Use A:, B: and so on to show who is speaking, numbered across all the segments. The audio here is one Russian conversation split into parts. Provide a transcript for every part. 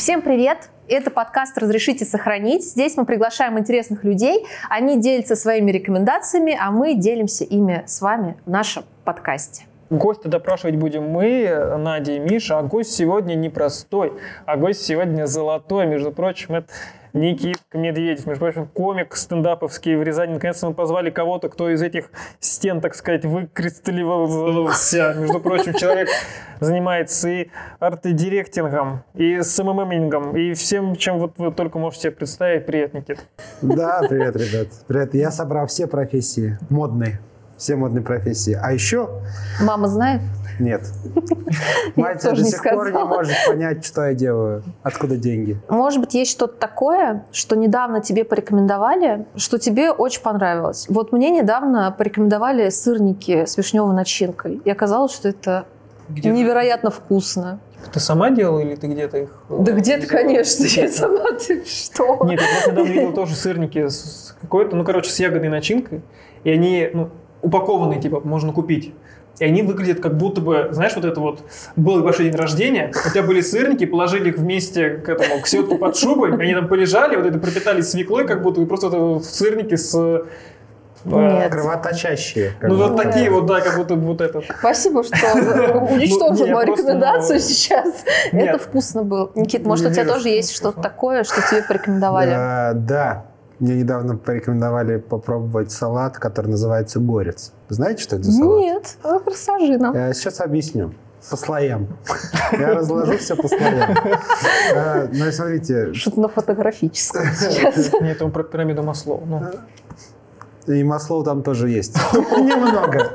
A: Всем привет! Это подкаст «Разрешите сохранить». Здесь мы приглашаем интересных людей, они делятся своими рекомендациями, а мы делимся ими с вами в нашем подкасте.
B: Гостя допрашивать будем мы, Надя и Миша, а гость сегодня непростой, а гость сегодня золотой. Между прочим, это Никитка Медведев, между прочим, комик стендаповский в Рязани. Наконец-то мы позвали кого-то, кто из этих стен, так сказать, выкристаллизовался. Между прочим, человек занимается и арт-директингом, и СММингом, и всем, чем вот вы только можете себе представить. Привет, Никита.
C: Да, привет, ребят. Привет. Я собрал все профессии модные. Все модные профессии. А еще...
A: Мама знает?
C: Нет. Мать до сих пор не может понять, что я делаю, откуда деньги.
A: Может быть, есть что-то такое, что недавно тебе порекомендовали, что тебе очень понравилось. Вот мне недавно порекомендовали сырники с вишневой начинкой. И оказалось, что это невероятно вкусно.
B: Ты сама делала или ты где-то их...
A: Да где-то, конечно, я сама. Ты что?
B: Нет, я просто недавно видел тоже сырники с какой-то, с ягодной начинкой. И они, упакованные, типа, можно купить. И они выглядят как будто бы, знаешь, вот это вот, был большой день рождения, у тебя были сырники, положили их вместе к сетке под шубой, они там полежали, вот это пропитались свеклой, как будто, и просто вот сырники с...
C: Кровоточащие.
B: Вот такие вот, да, как будто вот это.
A: Спасибо, что уничтожил мою рекомендацию сейчас. Это вкусно было. Никит, может, у тебя тоже есть что-то такое, что тебе порекомендовали?
C: Да. Мне недавно порекомендовали попробовать салат, который называется горец. Знаете, что это за салат?
A: Нет, расскажи нам.
C: Я сейчас объясню. По слоям. Я разложу все по слоям. Смотрите.
A: Что-то на фотографическом сейчас.
B: Нет, он про пирамиду Маслоу.
C: И Маслоу там тоже есть. Немного.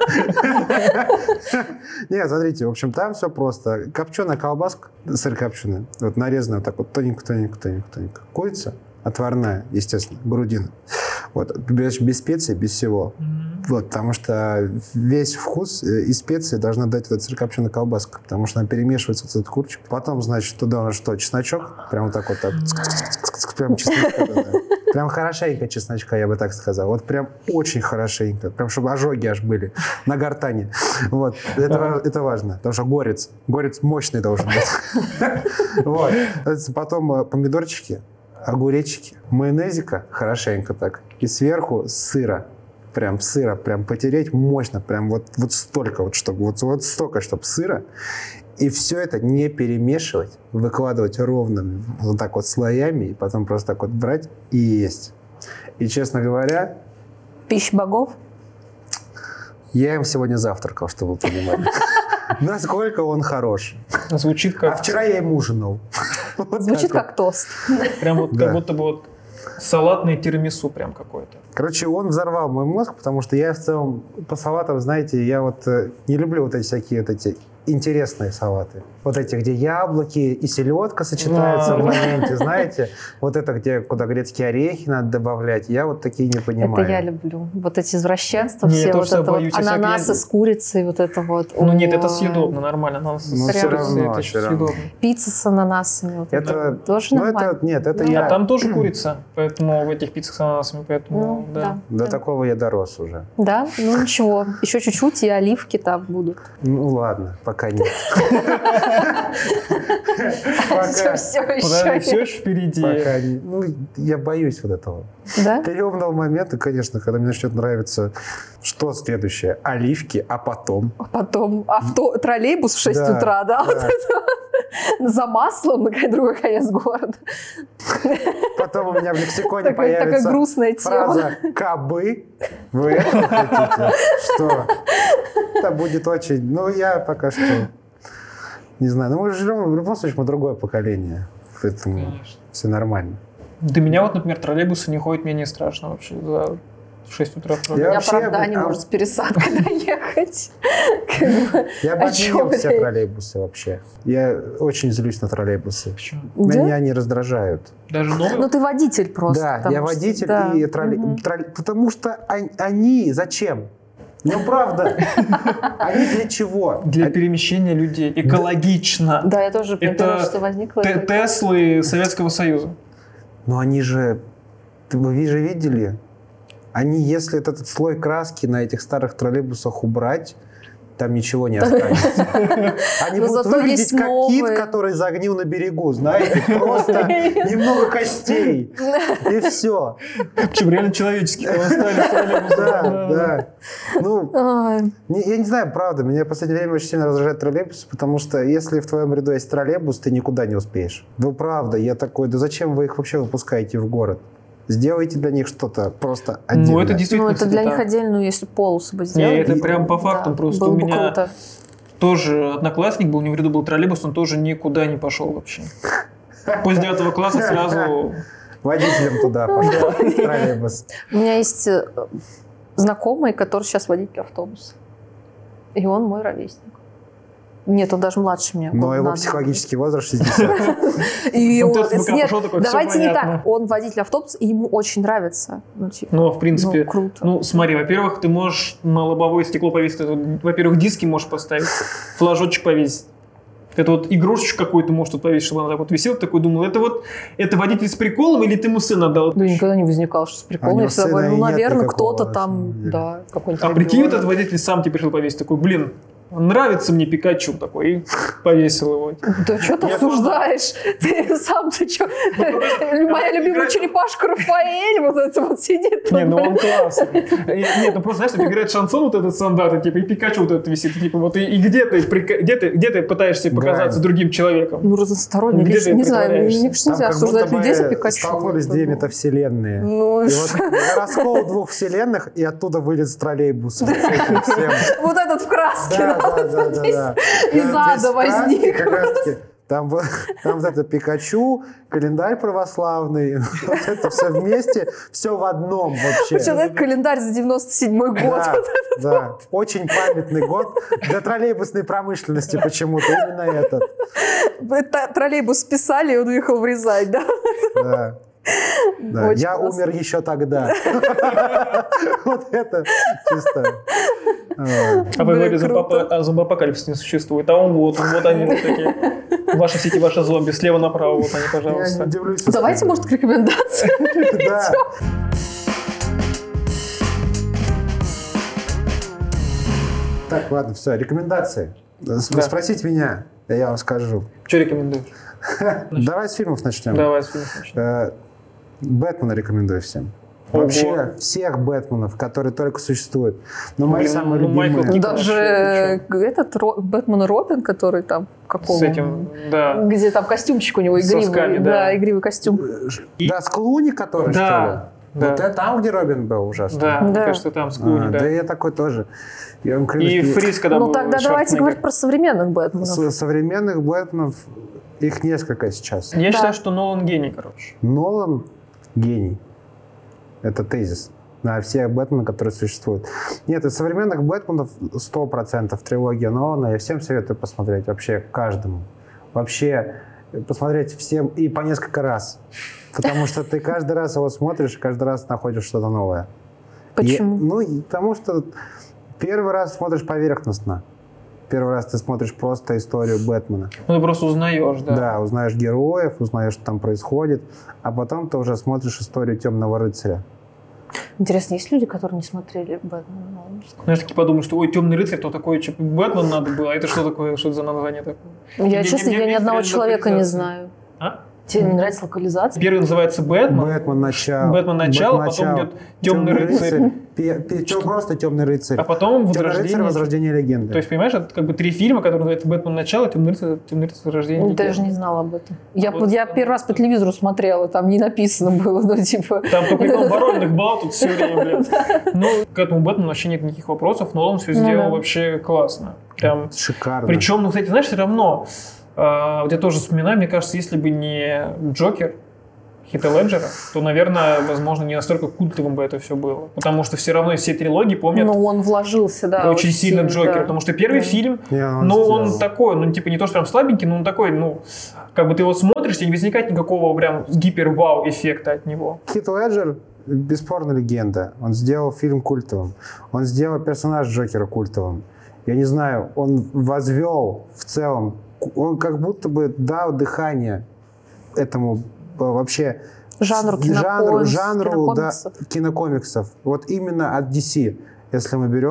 C: Нет, смотрите, в общем, там все просто. Копченая колбаска, сыр копченый, вот нарезанная вот так вот тоненько. Курица отварная, естественно, грудина. Вот, без специй, без всего. Вот, потому что весь вкус и специи должна дать вот эта сырокопченая колбаска, потому что она перемешивается с этой курочкой. Потом, значит, туда у нас что, чесночок? Прям вот так вот. Прям чесночка. Прям хорошенько чесночка, я бы так сказал. Вот прям очень хорошенько. Прям, чтобы ожоги аж были на гортани. Вот. Это важно, потому что горец мощный должен быть. Вот. Потом помидорчики, огуречки, майонезика хорошенько так. И сверху сыра. Прям потереть мощно. Прям вот столько вот, чтобы вот столько, чтобы сыра. И все это не перемешивать, выкладывать ровно вот так вот слоями, и потом просто так вот брать и есть. И, честно говоря...
A: Пища богов?
C: Я им сегодня завтракал, чтобы вы понимали. Насколько он хорош.
B: Звучит как...
C: А вчера я им ужинал.
A: Звучит как тост.
B: Прям вот как будто бы вот салатный тирамису прям какой-то.
C: Короче, он взорвал мой мозг, потому что я в целом по салатам, знаете, я вот не люблю вот эти всякие вот эти интересные салаты. Вот эти, где яблоки и селедка сочетаются в моменте, знаете. Вот это, куда грецкие орехи надо добавлять. Я вот такие не понимаю.
A: Это я люблю. Вот эти извращенства, все вот это вот ананасы с курицей, вот это вот.
B: Нет, это съедобно, нормально.
C: Все равно.
A: Пицца с ананасами.
C: Это
A: тоже нормально.
C: Нет, это я...
B: А там тоже курица, поэтому в этих пиццах с ананасами, поэтому, да.
C: До такого я дорос уже.
A: Да? Ничего. Еще чуть-чуть, и оливки там будут.
C: Ладно, пока нет.
A: Все
B: еще впереди.
C: Я боюсь вот этого.
A: Да?
C: Переломного момента, конечно, когда мне начнет нравиться, что следующее? Оливки, а потом?
A: Потом троллейбус в 6 утра, да? За маслом на другой конец города.
C: Потом у меня в лексиконе появится
A: грустная
C: фраза «кабы». Вы это хотите? Что? Это будет очень... я пока что... Не знаю. Мы живем, в любом случае, мы другое поколение. Поэтому конечно. Все нормально.
B: До меня вот, например, троллейбусы не ходят, мне не страшно вообще. В 6 утра в троллейбусе.
A: У меня, правда, не может с пересадкой доехать.
C: Я бы отменил все троллейбусы вообще. Я очень злюсь на троллейбусы.
B: Почему?
C: Меня они раздражают.
B: Даже новые?
A: Ты водитель просто.
C: Да, я водитель и троллейбус. Потому что они зачем? Правда. Они для чего?
B: Для перемещения людей. Экологично.
A: Да, я тоже поняла, что возникло.
B: Это Теслы Советского Союза.
C: Но они же... Вы же видели? Если этот слой краски на этих старых троллейбусах убрать, там ничего не останется. Они
A: Но
C: будут
A: зато
C: выглядеть
A: есть
C: как кит,
A: новые.
C: который загнил на берегу, знаете, просто немного костей, и все.
B: Причем реально человеческие стали.
C: Да. Ну,
A: Ай.
C: я не знаю, правда, меня в последнее время очень сильно раздражает троллейбус, потому что если в твоем ряду есть троллейбус, ты никуда не успеешь. Ну, правда, я такой, да зачем вы их вообще выпускаете в город? Сделайте для них что-то просто отдельное.
B: Ну, это действительно,
A: Ну, это для
B: кстати,
A: них
B: так.
A: отдельную, если полосу бы сделали.
B: Не, это прям по фактам просто.
A: было
B: У
A: бы
B: меня
A: круто.
B: тоже одноклассник был, у него в ряду был троллейбус, он тоже никуда не пошел вообще. После 9 класса сразу...
C: Водителем туда пошел, троллейбус.
A: У меня есть знакомый, который сейчас водитель автобуса. И он мой ровесник. Нет, он даже младше меня.
C: Но
A: года
C: его
A: на 2.
C: психологический возраст 60.
A: И
B: Ну,
A: он-
B: ты с ВК
A: нет,
B: пошел такой, всё
A: давайте не
B: понятно.
A: так. Он водитель автобуса, и ему очень нравится. Ну, типа,
B: Ну, в принципе,
A: круто.
B: ну, смотри, во-первых, ты можешь на лобовое стекло повесить, во-первых, диски можешь поставить, флажочек повесить. Это вот игрушечку какую-то можешь тут повесить, чтобы она так вот висела. Такой думал, это водитель с приколом или ты ему сына отдал?
A: Да никогда не возникало, что с
C: А у
A: приколом.
C: него
A: Я всегда
C: сына
A: говорю,
C: и
A: ну,
C: нет
A: наверное,
C: никакого,
A: кто-то
C: на
A: там,
C: самом деле.
A: да, какой-нибудь
B: А прикинь, вот
A: ребенок.
B: этот водитель сам тебе пришел повесить. Такой, блин, нравится мне Пикачу такой, и повесил его.
A: Да что ты
B: Я
A: осуждаешь? Ты сам, ты что? Моя любимая черепашка Рафаэль вот это вот сидит.
B: Не, ну он классный. Нет, ну просто, знаешь, играет шансон вот этот стандарт, типа, и Пикачу вот этот висит. Типа, вот и где ты пытаешься показаться
C: Да.
B: другим человеком?
A: Ну, разносторонний.
B: Где ты
A: Не знаю,
B: притворяешься?
A: мне кажется, нельзя
C: Там как будто
A: осуждать людей за
C: бы
A: Пикачу.
C: столкнулись две метавселенные.
A: Ну,
C: И вот раскол двух вселенных, и оттуда вылез троллейбус. Вот с этим всем.
A: вот этот в краске,
C: Да.
A: из
C: Здесь
A: ада
C: в краске
A: возник.
C: как раз-таки Там вот это Пикачу, календарь православный, вот это все вместе, все в одном вообще.
A: Причем этот календарь за 97-й год.
C: Да, да, очень памятный год для троллейбусной промышленности почему-то именно этот.
A: Троллейбус списали, и он уехал в Рязань, да?
C: Да. Да.
A: Очень
C: Я
A: классно.
C: умер еще тогда. Вот это чисто.
B: А вы говорите,
A: круто.
B: зомбоапокалипсиса не существует. А он вот они вот такие. Ваши сети, ваши зомби, слева направо, вот они,
C: Я
B: пожалуйста.
C: не удивлюсь.
A: Давайте, может, к рекомендации.
C: Да. Так, ладно, все, рекомендации. Спросите меня, я вам скажу.
B: Что рекомендуешь?
C: Давай с фильмов начнем.
B: Давай, с фильма начнем.
C: Бэтмена рекомендую всем.
B: Ого.
C: Вообще всех Бэтменов, которые только существуют. Но мои
B: Блин,
C: самые
B: ну, Майкл
C: любимые.
B: Китон.
A: Даже этот Бэтмен и Робин, который там какого?
B: С этим, да.
A: Где там костюмчик у него
B: С
A: игривый.
B: сосками, да.
A: Да, игривый костюм.
C: Да, с Клуни, который,
B: Да,
C: что ли?
B: да.
C: Вот это там, где Робин был ужасно.
B: Да, мне
A: Да.
B: кажется, там с Клуни,
C: Да
B: да.
C: я такой тоже. Я вам клянусь,
B: И Фриз, когда
A: Ну
B: был
A: тогда давайте
B: Шварценеггер.
A: говорить про современных Бэтменов.
C: современных Бэтменов, их несколько сейчас.
B: Я
A: Да.
B: считаю, что Нолан гений, короче.
C: Нолан гений. Это тезис на всех Бэтменов, которые существуют. Нет, из современных Бэтменов 100% трилогия Нолана. Я всем советую посмотреть, вообще каждому. Вообще посмотреть всем и по несколько раз. Потому что ты каждый раз его смотришь, каждый раз находишь что-то новое.
A: Почему?
C: Потому что первый раз смотришь поверхностно. Первый раз ты смотришь просто историю Бэтмена.
B: Ну, ты просто узнаешь, да.
C: Да, узнаешь героев, узнаешь, что там происходит, а потом ты уже смотришь историю Темного рыцаря.
A: Интересно, есть люди, которые не смотрели Бэтмена?
B: Знаешь, такие подумают, что ой, Темный рыцарь, то такой, что Бэтмен надо было, а это что такое, что это за название такое?
A: Я, честно, я ни одного человека не
B: локализация.
A: знаю.
B: А?
A: Тебе не нравится локализация?
B: Первый называется Бэтмен,
C: Бэтмен начало.
B: Бэтмен начало, потом идет Темный рыцарь,
C: Просто Темный рыцарь.
B: а потом
C: Темный рыцарь,
B: Возрождение.
C: Возрождение легенды.
B: То есть, понимаешь, это как бы 3 фильма, которые называются Бэтмен начало, Темный рыцарь, Возрождение.
A: Даже не знала об этом. Я
B: Вот.
A: первый раз по телевизору смотрела, там не написано было, ну, типа...
B: Там только Иван Воронин бал тут все время, блин. Ну, к этому Бэтмену вообще нет никаких вопросов, но он все
A: Ну
B: сделал
A: да.
B: вообще классно. Прям.
C: Шикарно.
B: Причем, ну, кстати, знаешь, все равно, вот я тоже вспоминаю, мне кажется, если бы не Джокер Хита Леджера, то, наверное, возможно, не настолько культовым бы это все было. Потому что все равно из всей трилогии помнят
A: Ну, он вложился, да.
B: очень сильно Джокера.
A: да.
B: Потому что первый
A: Да.
B: фильм,
C: Не,
B: ну, он
C: сделал.
B: такой, ну, типа, не то, что прям слабенький, но он такой, ну, как бы ты его смотришь, и не возникает никакого прям гипер-вау эффекта от него.
C: Хит Леджер бесспорно легенда. Он сделал фильм культовым. Он сделал персонаж Джокера культовым. Я не знаю, он возвел в целом, он как будто бы дал дыхание этому вообще
A: Жанру
C: жанру да,
A: кинокомиксов.
C: кинокомиксов. Вот именно от DC, если мы берем.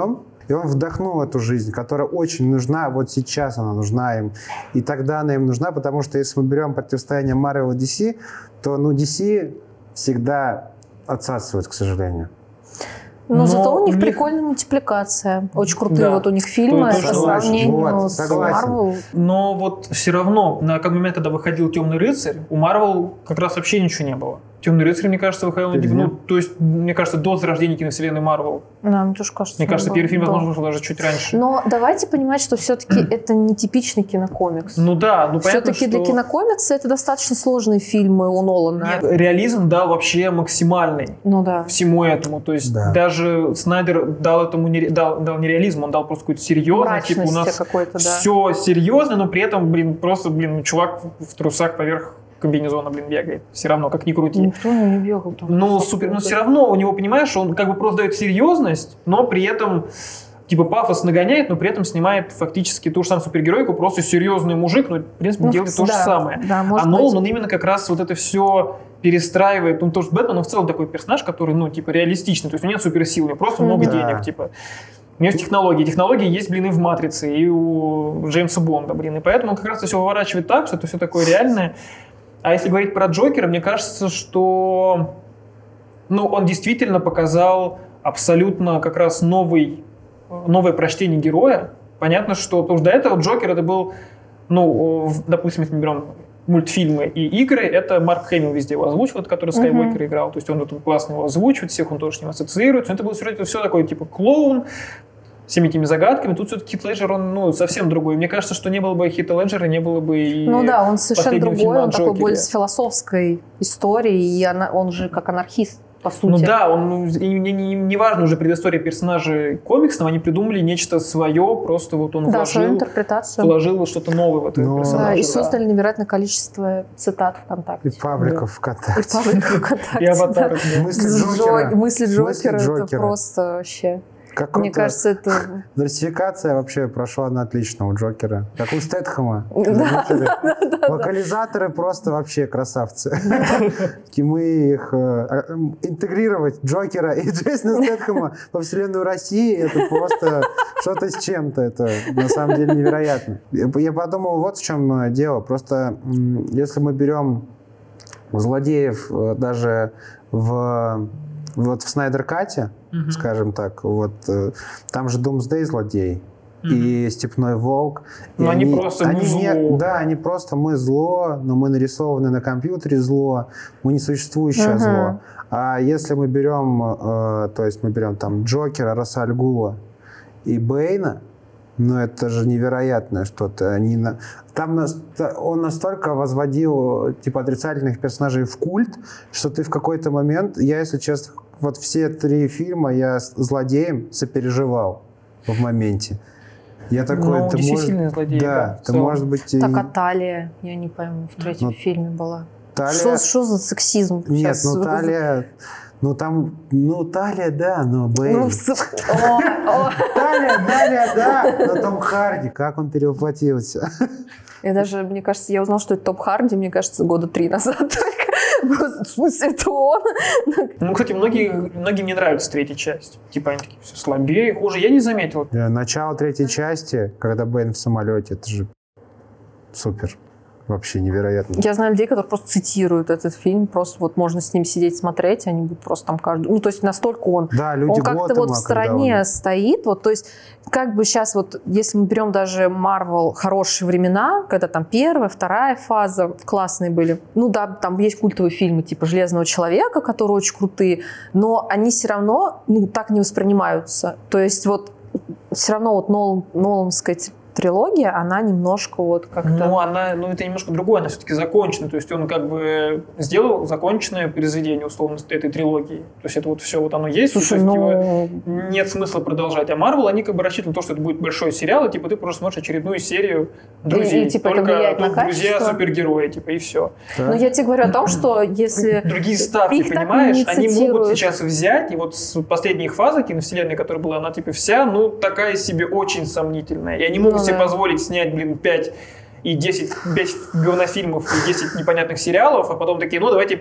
C: И он вдохнул эту жизнь, которая очень нужна, вот сейчас она нужна им. И тогда она им нужна, потому что если мы берем противостояние Marvel и DC, то DC всегда отсасывает, к сожалению.
A: Но зато у них прикольная мультипликация. Очень крутые вот у них фильмы по сравнению с Marvel.
B: Но вот все равно, на какой момент, когда выходил «Темный рыцарь», у Marvel как раз вообще ничего не было. «Темный рыцарь», мне кажется, выходил, то есть, мне кажется, до зарождения киновселенной Marvel.
A: Да, мне тоже кажется.
B: Мне кажется, первый фильм, возможно, вышел даже чуть раньше.
A: Но давайте понимать, что все-таки это не типичный кинокомикс.
B: Ну да, понятно,
A: все-таки для кинокомикса это достаточно сложные фильмы у Нолана.
B: Нет, реализм дал вообще максимальный всему этому. То есть даже Снайдер дал этому дал не реализм, он дал просто какую-то серьезность. Типа у нас все серьезно, но при этом, просто чувак в трусах поверх комбинезона, бегает. Все равно, как ни крути.
A: Никто не бегал там.
B: Но все равно у него, понимаешь, он как бы просто дает серьезность, но при этом пафос нагоняет, но при этом снимает фактически ту же самую супергеройку, просто серьезный мужик, но в принципе делает то же самое.
A: Да,
B: а Нолан, он именно как раз вот это все перестраивает. Он тоже Бэтмен, он в целом такой персонаж, который, реалистичный. То есть у него нет суперсил, у него просто много денег, У него есть технологии. Технологии есть, и в «Матрице», и у Джеймса Бонда, И поэтому он как раз все выворачивает так, что это все такое реальное. А если говорить про Джокера, мне кажется, что он действительно показал абсолютно как раз новое прочтение героя. Понятно, что потому что до этого Джокер это был, допустим, если мы берем мультфильмы и игры, это Марк Хэмилл везде его озвучивал, который Скайуокер играл. То есть он классно его озвучивает, всех он тоже с ним ассоциируется. Это было все такое, клоун, всеми этими загадками. Тут все-таки Хит Леджер, он совсем другой. Мне кажется, что не было бы Хита Леджера, не было бы и
A: он совершенно другой, он такой более с философской историей, и он же как анархист, по сути.
B: Не важно уже предыстория персонажей комиксного, они придумали нечто свое, просто он
A: свою интерпретацию.
B: Вложил что-то новое в это персонажа.
A: Да, и создали невероятное количество цитат ВКонтакте.
C: И пабликов ВКонтакте.
B: И аватаров.
A: Мысли Джокера, это просто вообще... Мне кажется, это...
C: Диверсификация вообще прошла на отлично у Джокера. Как у Стэтхэма. Локализаторы просто вообще красавцы. И мы их... Интегрировать Джокера и Джейсона Стэтхэма во вселенную России, это просто что-то с чем-то. Это на самом деле невероятно. Я подумал, вот в чем дело. Просто если мы берем злодеев даже в Снайдер-кате, скажем так, там же Думсдей злодей и Степной Волк.
B: Но они просто зло.
C: Они просто мы зло, но мы нарисованы на компьютере зло, мы несуществующее зло. А если мы берем, там Джокера, Раса аль Гула и Бэйна, это же невероятное что-то. Он настолько возводил отрицательных персонажей в культ, что ты в какой-то момент, если честно, все 3 фильма я с злодеем сопереживал в моменте. Я такой,
B: это
C: сильный
B: злодей.
C: Да, это может быть...
A: Так, а Талия, я не пойму, в 3-м фильме была.
C: Талия...
A: Что за сексизм?
C: Нет, Талия... Талия, да, но Бэйн. Талия, да, но Том Харди, как он перевоплотился.
A: Мне кажется, я узнала, что это Том Харди, мне кажется, 3 года назад только. Просто, в смысле, это он?
B: Кстати, многим не нравится 3-я часть. Они такие все слабее, хуже. Я не заметил.
C: Начало 3-й части, когда Бэйн в самолете, это же супер. Вообще невероятно.
A: Я знаю людей, которые просто цитируют этот фильм, просто можно с ним сидеть, смотреть, они будут просто там каждый... то есть настолько он...
C: Да, люди
A: он как-то в стороне стоит. То есть как бы сейчас если мы берем даже Marvel хорошие времена, когда там 1-я, 2-я фаза классные были. Там есть культовые фильмы типа «Железного человека», которые очень крутые, но они все равно так не воспринимаются. То есть все равно Нолановская трилогия, она немножко как-то...
B: это немножко другое, она все-таки закончена. То есть он как бы сделал законченное произведение, условно, этой трилогии. То есть это все оно есть,
A: Слушай,
B: нет смысла продолжать. А Marvel, они как бы рассчитывали на то, что это будет большой сериал, и ты просто смотришь очередную серию друзей.
A: И это влияет на
B: друзья супергерои, и все.
A: Но я тебе говорю о том, что если...
B: Другие ставки, понимаешь, они могут сейчас взять, и с последней их фазы киновселенной, которая была, она вся, такая себе очень сомнительная. И они могут себе позволить снять, 5 и 10 говнофильмов и 10 непонятных сериалов, а потом такие, давайте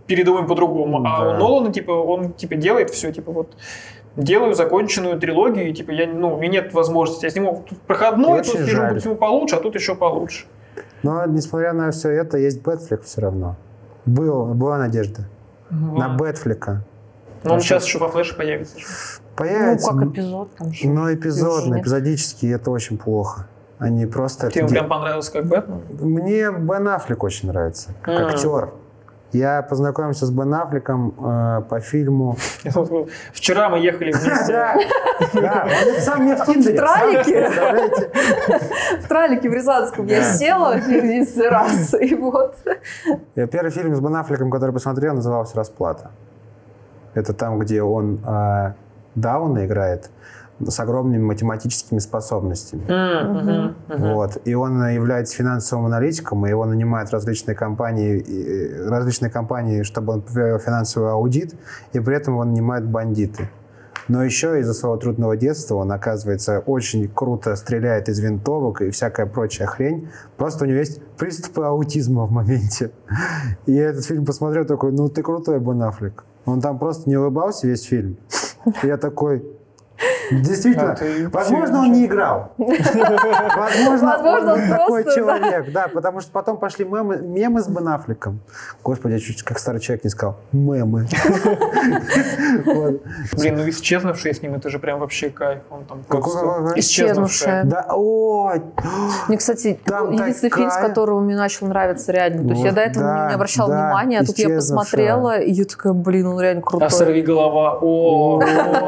B: передумаем по-другому. А
C: Да.
B: у Нолана, типа, он типа делает все, типа, вот делаю законченную трилогию, и типа, у меня нет возможности. Я сниму проходной,
C: И
B: тут
C: очень
B: фильм
C: жаль.
B: будет ему получше, а тут еще получше.
C: Но, несмотря на все это, есть Бэтфлик все равно. Была надежда на Бэтфлика.
B: Но он сейчас еще во флеше появится.
A: Ну,
C: Появится,
A: как эпизод там же.
C: но эпизодно,
A: Нет.
C: эпизодически это очень плохо. Они просто...
B: Тебе прям понравился как Бэтмен?
C: Мне Бен Аффлек очень нравится, как
B: Мгм.
C: актер. Я познакомился с Бен Аффлеком по фильму...
B: Вчера мы ехали вместе.
C: Да, он сам мне в Тиндере.
A: В тралике?
C: Представляете?
A: В тралике в Рязанском я села единственный раз, и вот.
C: Первый фильм с Бен Аффлеком, который посмотрел, назывался «Расплата». Это там, где он Дауна играет с огромными математическими способностями. Вот. И он является финансовым аналитиком, и его нанимают различные компании, чтобы он провел финансовый аудит, и при этом его нанимают бандиты. Но еще из-за своего трудного детства он, оказывается, очень круто стреляет из винтовок и всякая прочая хрень. Просто у него есть приступы аутизма в моменте. И я этот фильм посмотрел, такой, ну ты крутой, Бен Аффлек. Он там просто не улыбался весь фильм. И я такой... Действительно, возможно, он не играл. Возможно, он такой
A: просто,
C: человек. Да, потому что потом пошли мемы с Бен Аффлеком. Господи, я чуть как старый человек не сказал. Мемы. Вот.
B: Блин, ну «Исчезнувшие» с ним, это же прям вообще кайф. Он там просто...
C: Какой?
A: Исчезнувшая.
C: Да, ой.
A: Мне, кстати,
C: Там
A: единственный фильм, с
C: такая-
A: которого мне начал нравиться реально. То есть я до этого на него не обращала внимания, а тут я
C: «Исчезнувшая».
A: посмотрела, и я такая, блин, он реально
B: А
A: крутой.
B: «Сорви голова». О.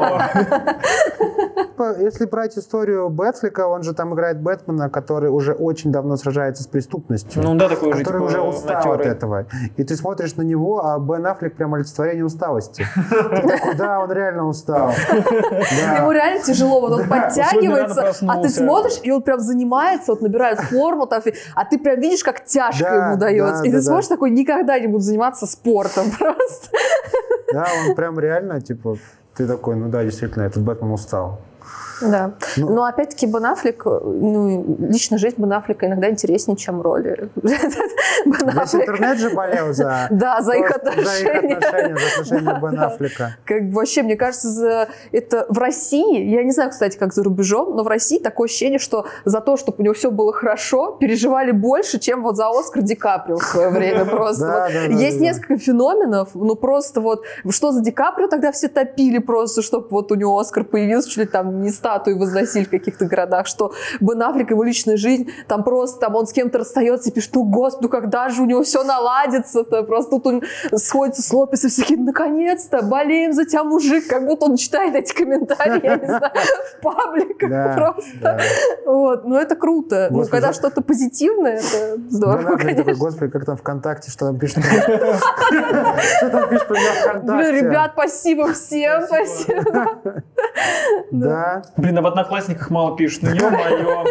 C: Если брать историю Бэтфлика, он же там играет Бэтмена, который уже очень давно сражается с преступностью.
B: Ну да, такой уже
C: который
B: типа
C: уже устал от
B: натёрый.
C: этого. И ты смотришь на него, а Бен Аффлек прям олицетворение усталости. Ты такой, да, он реально устал.
A: Ему реально тяжело, вот он подтягивается,
B: рано
A: а ты
B: проснулся.
A: смотришь, и он прям занимается, вот набирает форму, там, а ты прям видишь, как тяжко
C: Да,
A: ему дается.
C: да,
A: И ты
C: да,
A: смотришь такой, никогда не буду заниматься спортом просто.
C: Да, он прям реально, типа, ты такой, ну да, действительно, этот Бэтмен устал.
A: Да.
C: Ну-
A: Но опять-таки Бен Аффлек, ну, личная жизнь Бен Аффлека иногда интереснее, чем роли. Бен
C: Весь
A: Аффлек-
C: интернет же болел за...
A: Да, за их
C: просто
A: отношения.
C: за отношения Бен
A: Да.
C: Аффлека.
A: Как бы вообще, мне кажется, это в России, я не знаю, кстати, как за рубежом, но в России такое ощущение, что за то, чтобы у него все было хорошо, переживали больше, чем вот за Оскар Ди Каприо в свое время просто.
C: Да,
A: Вот
C: да,
A: есть
C: да.
A: несколько феноменов, ну просто вот, что за Ди Каприо тогда все топили просто, чтобы вот у него Оскар появился, чуть ли там не статуи возносили в каких-то городах, что Бен Аффлек, его личная жизнь, там просто там он с кем-то расстается и пишет, ну господи, когда же у него все наладится-то, просто тут он сходится с Лопесом, все такие, наконец-то, болеем за тебя, мужик, как будто он читает эти комментарии, я не знаю, в пабликах
C: Да,
A: просто.
C: да.
A: Вот, ну это круто. Ну,
C: Господи,
A: когда
C: да.
A: что-то позитивное, это
C: Бен
A: здорово,
C: Аффлек такой,
A: конечно.
C: господи, как там ВКонтакте, что там пишут? Что там пишут про меня ВКонтакте?
A: Блин, ребят, спасибо всем, спасибо.
C: Да.
B: Блин, а в «Одноклассниках» мало пишут. Ну, ё-моё.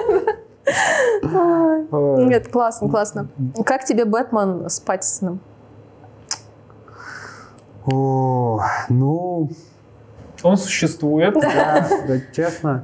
C: Ой.
A: Нет, классно, классно. Как тебе Бэтмен с Паттинсоном?
C: О, ну,
B: Он существует.
C: да, честно.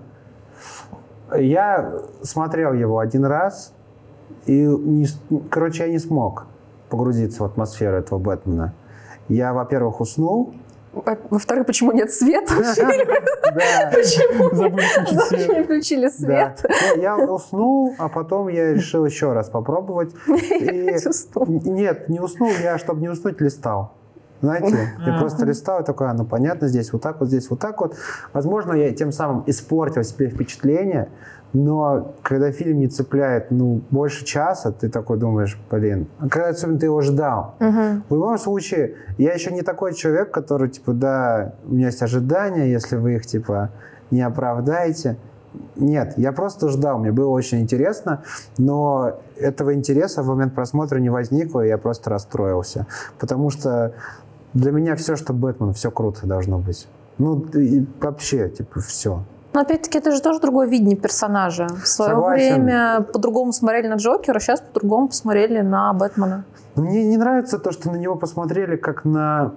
C: Я смотрел его один раз, и, короче, я не смог погрузиться в атмосферу этого Бэтмена. Я, во-первых, уснул.
A: Во-вторых, почему нет света в фильме?
C: Да,
A: Почему?
B: Забыли включить
A: Зачем
B: свет.
A: не включили
C: да.
A: свет?
C: Я уснул, а потом я решил еще раз попробовать. И-
A: Я уснул.
C: Нет, не уснул, я, чтобы не уснуть, листал. Знаете, я просто листал и такой, ну понятно, здесь вот так вот, здесь вот так вот. Возможно, я тем самым испортил себе впечатление, но когда фильм не цепляет, ну, больше часа, ты такой думаешь, блин, а когда особенно ты его ждал.
A: Мгм.
C: В любом случае, я еще не такой человек, который, типа, да, у меня есть ожидания, если вы их, типа, не оправдаете. Нет, я просто ждал, мне было очень интересно, но этого интереса в момент просмотра не возникло, и я просто расстроился. Потому что для меня все, что Бэтмен, все круто должно быть. Ну, и вообще, типа, все.
A: Но опять-таки это же тоже другое видение персонажа. В свое
C: Согласен.
A: время по-другому смотрели на Джокера, сейчас по-другому посмотрели на Бэтмена.
C: Мне не нравится то, что на него посмотрели как на...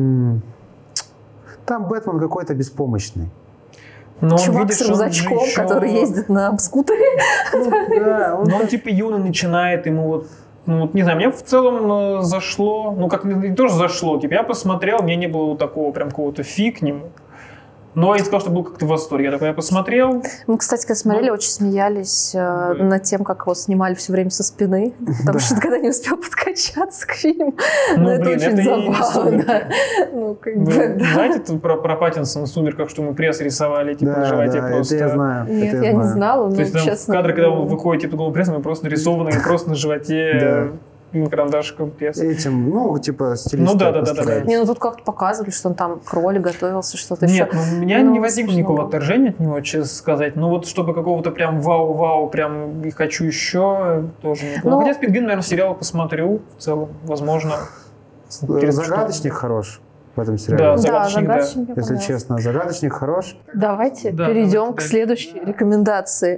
C: Там Бэтмен какой-то беспомощный.
B: Но он,
A: Чувак
B: видишь,
A: с
B: он же
A: рюкзачком,
B: еще-
A: который ездит на скутере.
C: Да,
B: Но он типа юно начинает, ему вот Ну, не знаю, мне в целом зашло, ну, как не тоже зашло, типа, я посмотрел, мне не было такого прям какого-то фи к нему. Но я не сказал, что был как-то в восторге. Я такой, я посмотрел.
A: Мы, кстати, когда смотрели, очень смеялись над тем, как его снимали все время со спины, потому что когда не успел подкачаться к фильму.
B: Ну,
A: это
B: блин,
A: очень
B: это и не
A: забавно.
B: «Сумерки».
A: Ну, как
B: Вы
A: бы, да.
B: знаете тут про Паттинсона в «Сумерках», что мы пресс рисовали, типа, на животе просто?
C: это я знаю.
A: Нет,
C: это
A: я не
C: знаю.
A: знала,
B: То
A: но
B: есть там
A: честно.
B: кадры, когда он выходит, типа, голым прессом, просто нарисованные просто на животе карандашиком пресс.
C: Этим, ну, типа, стилисты.
B: Ну, да.
C: постарались.
A: Не, ну тут как-то показывали, что он там к роли готовился, что-то
B: Нет,
A: еще.
B: ну, у меня
A: Ну,
B: не возникло
A: смешно.
B: никакого отторжения от него, честно сказать. Ну вот чтобы какого-то прям вау-вау, прям и хочу еще, тоже не было.
A: Ну,
B: Хотя «Спидгин», наверное, сериал посмотрю в целом, возможно. Интересно,
C: Загадочник хорош в этом
B: Да,
C: сериале.
A: Да,
B: «Загадочник», да.
A: загадочник мне
C: Если
A: понравился.
C: честно, загадочник хорош.
A: Давайте
B: Да,
A: перейдем
B: давайте
A: к
B: дальше.
A: следующей рекомендации.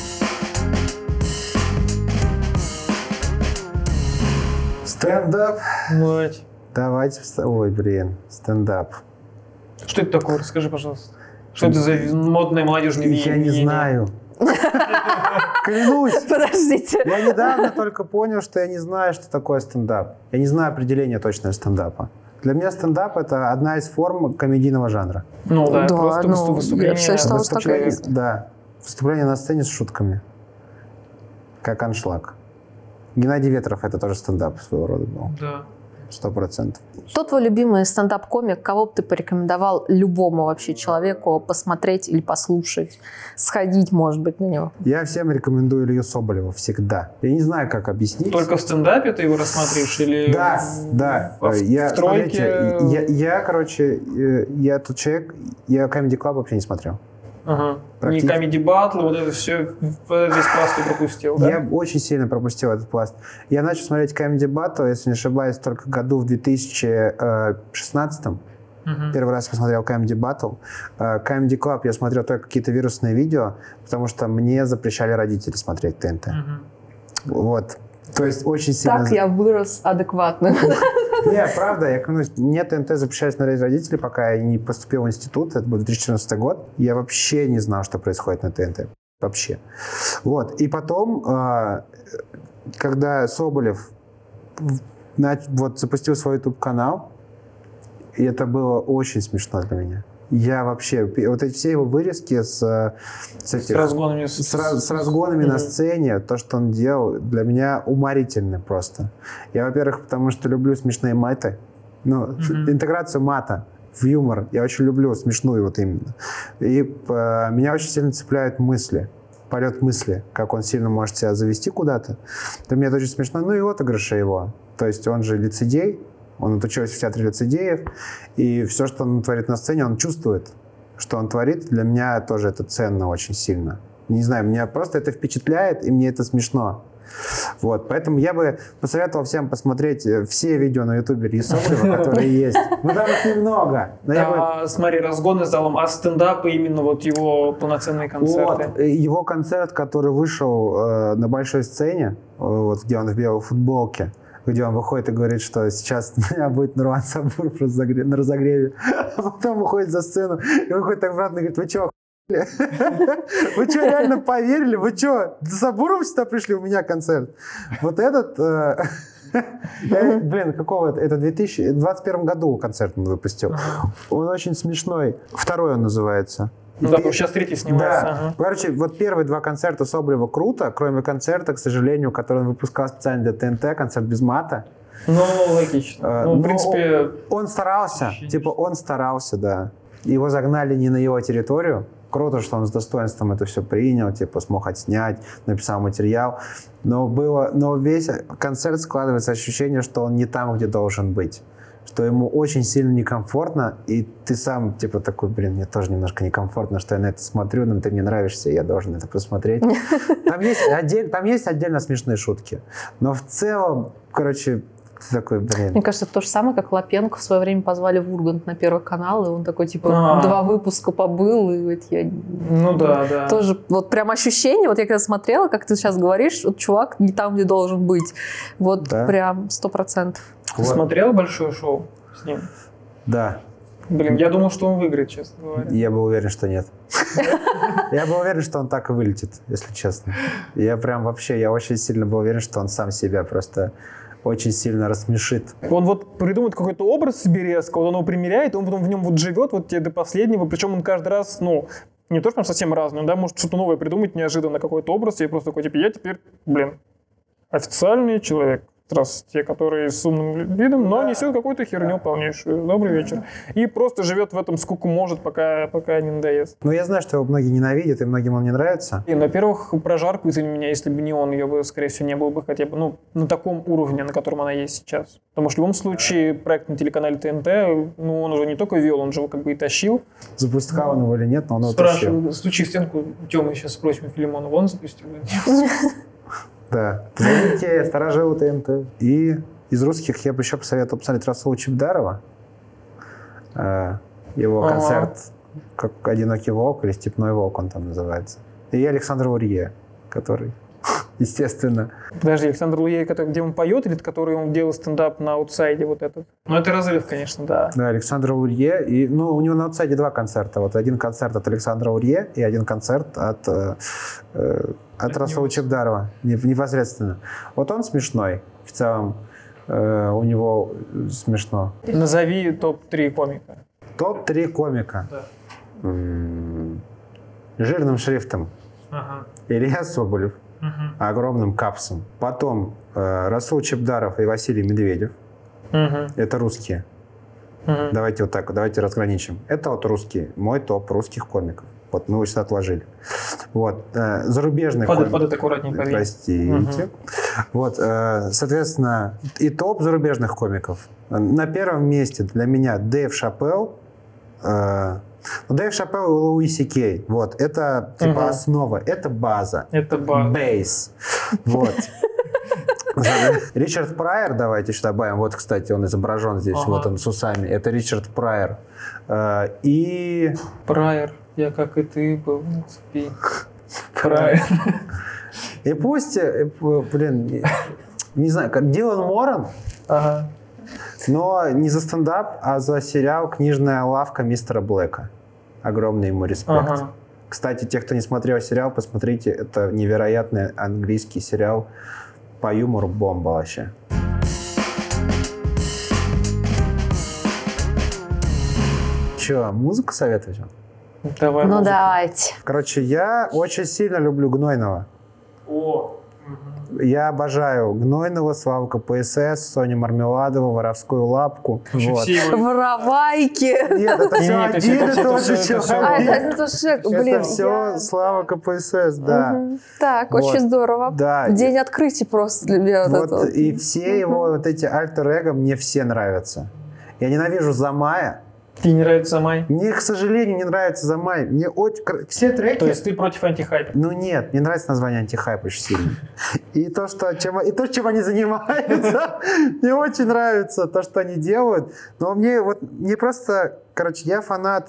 C: Стендап.
B: Вот.
C: Давайте. Ой, блин, стендап.
B: Что это такое? Расскажи, пожалуйста. Что это за модное молодежное
C: Я не
B: веяние?
C: знаю. Клянусь.
A: Подождите.
C: Я недавно только понял, что я не знаю, что такое стендап. Я не знаю определения точного стендапа. Для меня стендап — это одна из форм комедийного жанра.
B: Ну да,
A: Да,
B: просто
A: ну,
B: выступление.
A: я считаю, что так и
C: Выступление,
A: есть.
C: да. Выступление на сцене с шутками. Как аншлаг. Геннадий Ветров — это тоже стендап своего рода был.
B: Да.
C: 100%.
A: Кто твой любимый стендап-комик? Кого бы ты порекомендовал любому вообще человеку посмотреть или послушать? Сходить, может быть, на него?
C: Я всем рекомендую Илью Соболева всегда. Я не знаю, как объяснить.
B: Только в стендапе ты его рассмотришь? Или
C: Да, да.
B: в тройке?
C: Короче, я тот человек, я Comedy Club вообще не смотрел.
B: Ага. Не
C: Практически.
B: комеди батлы, вот это все, весь пласт ты пропустил, да?
C: Я очень сильно пропустил этот пласт. Я начал смотреть Comedy Battle, если не ошибаюсь, только году в 2016.
B: Мгм.
C: Первый раз посмотрел Comedy Battle. Comedy Club я смотрел только какие-то вирусные видео, потому что мне запрещали родители смотреть ТНТ.
B: Мгм.
C: Вот. То есть очень сильно...
A: Так я вырос адекватно.
C: Не, правда, я клянусь, мне ТНТ запрещали смотреть родители, пока я не поступил в институт, это был 2014 год, я вообще не знал, что происходит на ТНТ. Вообще. Вот. И потом, когда Соболев вот запустил свой YouTube-канал, и это было очень смешно для меня. Я вообще... Вот эти все его вырезки с
B: С разгонами.
C: с разгонами на сцене, то, что он делал, для меня уморительно просто. Я, во-первых, потому что люблю смешные маты. Ну, интеграцию мата в юмор. Я очень люблю смешную вот именно. И меня очень сильно цепляют мысли. Полет мысли, как он сильно может себя завести куда-то. Для меня это очень смешно. Ну и отыгрыши его. То есть он же лицедей. Он отучился в театре лицедеев, и все, что он творит на сцене, он чувствует, что он творит. Для меня тоже это ценно очень сильно. Не знаю, меня просто это впечатляет, и мне это смешно. Вот, поэтому я бы посоветовал всем посмотреть все видео на ютубе Ильи Соболева, которые есть. Ну, там их немного. Но я бы...
B: Смотри, разгоны залом, а стендапы именно вот его полноценные концерты.
C: Вот, его концерт, который вышел на большой сцене, вот, где он в белой футболке, где он выходит и говорит, что сейчас у меня будет Нурлан Сабуров на разогреве, а потом выходит за сцену и выходит обратно и говорит: вы что, охуели? Вы что, реально поверили? Вы что, за Сабуровым сюда пришли? У меня концерт. Вот этот... Блин, какого это? Это в 2021 году концерт он выпустил. Он очень смешной. Второй он называется.
B: Ну да, потому что сейчас третий снимается.
C: Да.
B: Ага.
C: Короче, вот первые два концерта Соболева круто, кроме концерта, к сожалению, который он выпускал специально для ТНТ, концерт без мата.
B: Ну, логично. Ну, в принципе...
C: Он старался, он старался, да. Его загнали не на его территорию. Круто, что он с достоинством это все принял, смог отснять, написал материал. Но весь концерт складывается ощущение, что он не там, где должен быть. Что ему очень сильно некомфортно, и ты сам такой: блин, мне тоже немножко некомфортно, что я на это смотрю, но ты мне нравишься, и я должен это посмотреть. Там есть отдельно смешные шутки, но в целом, короче, ты такой: блин.
A: Мне кажется, это то же самое, как Лапенко в свое время позвали в Ургант на Первый канал, и он такой, 2 выпуска побыл, и вот я...
B: Ну да.
A: Тоже вот прям ощущение, вот я когда смотрела, как ты сейчас говоришь, вот чувак не там, где должен быть. Вот
C: да.
A: Прям 100%.
B: Ты смотрел большое шоу с ним?
C: Да.
B: Блин, я думал, что он выиграет, честно говоря.
C: Я был уверен, что нет. Я был уверен, что он так и вылетит, если честно. Я очень сильно был уверен, что он сам себя просто очень сильно рассмешит.
B: Он вот придумает какой-то образ Сибирецкого, он его примеряет, он потом в нем вот живет вот до последнего, причем он каждый раз, ну, не то, что он совсем разный, он, да, может что-то новое придумать, неожиданно какой-то образ, и просто такой, типа, я теперь, официальный человек. Раз те, которые с умным видом, но несет какую-то херню полнейшую. Добрый вечер. И просто живет в этом сколько может, пока не надоест.
C: Ну, я знаю, что его многие ненавидят, и многим он не нравится.
B: И, во-первых, прожарку, извини меня, если бы не он, ее бы, скорее всего, не было бы хотя бы, ну, на таком уровне, на котором она есть сейчас. Потому что в любом случае проект на телеканале ТНТ, ну, он уже не только вел, он же его как бы и тащил.
C: Запускал он его или нет, но он его тащил.
B: Спрашиваю, стучи в стенку, Тёмы, сейчас спросим Филимона, он запустил?
C: Да. Зовите старожилы ТНТ. И из русских я бы еще посоветовал посмотреть Расула Чебдарова. Его концерт как «Одинокий волк» или «Степной волк» он там называется. И Александр Урье, который, естественно...
B: Подожди, Александр Луей, где он поет, или который он делал стендап на аутсайде вот этот? Ну, это разрыв, конечно, да.
C: Да, Александр Урье. И, ну, у него на аутсайде 2 концерта. Вот один концерт от Александра Урье и один концерт от Расула Чебдарова непосредственно. Вот он смешной. В целом у него смешно.
B: Назови топ-3 комика.
C: Топ-3 комика.
B: Да.
C: Жирным шрифтом.
B: Ага.
C: Илья Соболев. Огромным капсом. Потом Расул Чебдаров и Василий Медведев. Это русские. Давайте вот так вот, давайте разграничим. Это вот русские. Мой топ русских комиков. Вот мы его сюда отложили. Вот. Зарубежные комики.
B: Под это аккуратненько.
C: Простите. Вот. Соответственно, и топ зарубежных комиков. На первом месте для меня Дэйв Шапелл. Дэйв Шапелл и Луи Си Кей. Вот. Это типа основа. Это база.
B: Это база.
C: Бейс. Вот. Ричард Прайер, давайте еще добавим. Вот, кстати, он изображен здесь, вот он с усами. Это Ричард Прайер. И...
B: Прайер. Я, как и ты, был на цепи. Прайер.
C: И пусть, не знаю, как Дилан Моран, но не за стендап, а за сериал «Книжная лавка мистера Блэка». Огромный ему респект. Кстати, те, кто не смотрел сериал, посмотрите. Это невероятный английский сериал. По юмору бомба вообще. Че, музыку советовать вам?
B: Давай.
A: Ну, давайте.
C: Короче, я очень сильно люблю Гнойного. Я обожаю Гнойного, Славу КПСС, Соню Мармеладову, Воровскую лапку. Вот.
A: Воровайки.
C: Нет, это все
B: Нет,
C: один и тот же человек.
A: Это тоже, блин.
C: Это все Слава КПСС, да.
A: Так,
C: Вот.
A: очень здорово.
C: Да.
A: День открытий просто для меня.
C: Вот, и все его вот эти альтер-эго мне все нравятся. Я ненавижу Замая.
B: Тебе не нравится Май?
C: Мне, к сожалению, не нравится Замай. Мне очень... Все треки...
B: То есть ты против антихайпа?
C: Ну нет, мне нравится название антихайп очень сильно. И то, чем они занимаются, мне очень нравится то, что они делают. Но мне просто... Короче, я фанат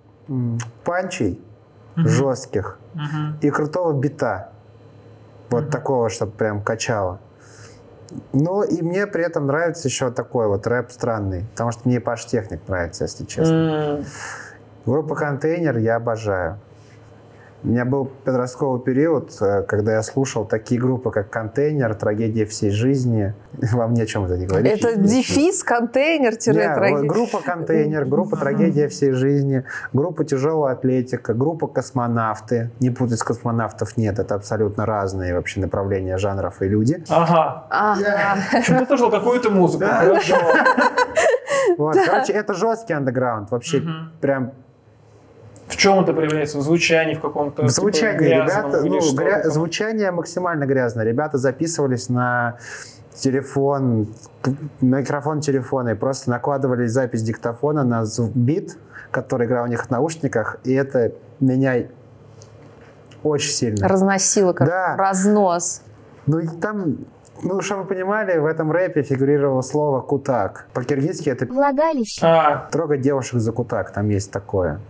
C: панчей жестких и крутого бита. Вот такого, чтобы прям качало. Ну, и мне при этом нравится еще такой вот рэп странный, потому что мне Паш Техник нравится, если честно. Группа «Контейнер» я обожаю. У меня был подростковый период, когда я слушал такие группы, как «Контейнер», «Трагедия всей жизни». Вам ни о чем это не говорит.
A: Это дефис, контейнер, трагедия.
C: Группа «Контейнер», группа «Трагедия всей жизни», группа «Тяжелая атлетика», группа «Космонавты». Не путать, космонавтов нет, это абсолютно разные вообще направления жанров и люди.
B: Ага. Что-то слышал какую-то музыку. Хорошо.
C: Короче, это жесткий андеграунд. Вообще прям...
B: В чем это проявляется? В звучании, в каком-то
C: в звучании,
B: грязном,
C: ребята, звучание максимально грязное. Ребята записывались на телефон, на микрофон телефона и просто накладывали запись диктофона на бит, который играл у них в наушниках, и это меня очень сильно...
A: Разносило, как
C: да.
A: Разнос.
C: Ну, и там... Ну, чтобы вы понимали, в этом рэпе фигурировало слово «кутак». По-киргизски это
D: «Влагалище».
C: «Трогать девушек за кутак», там есть такое.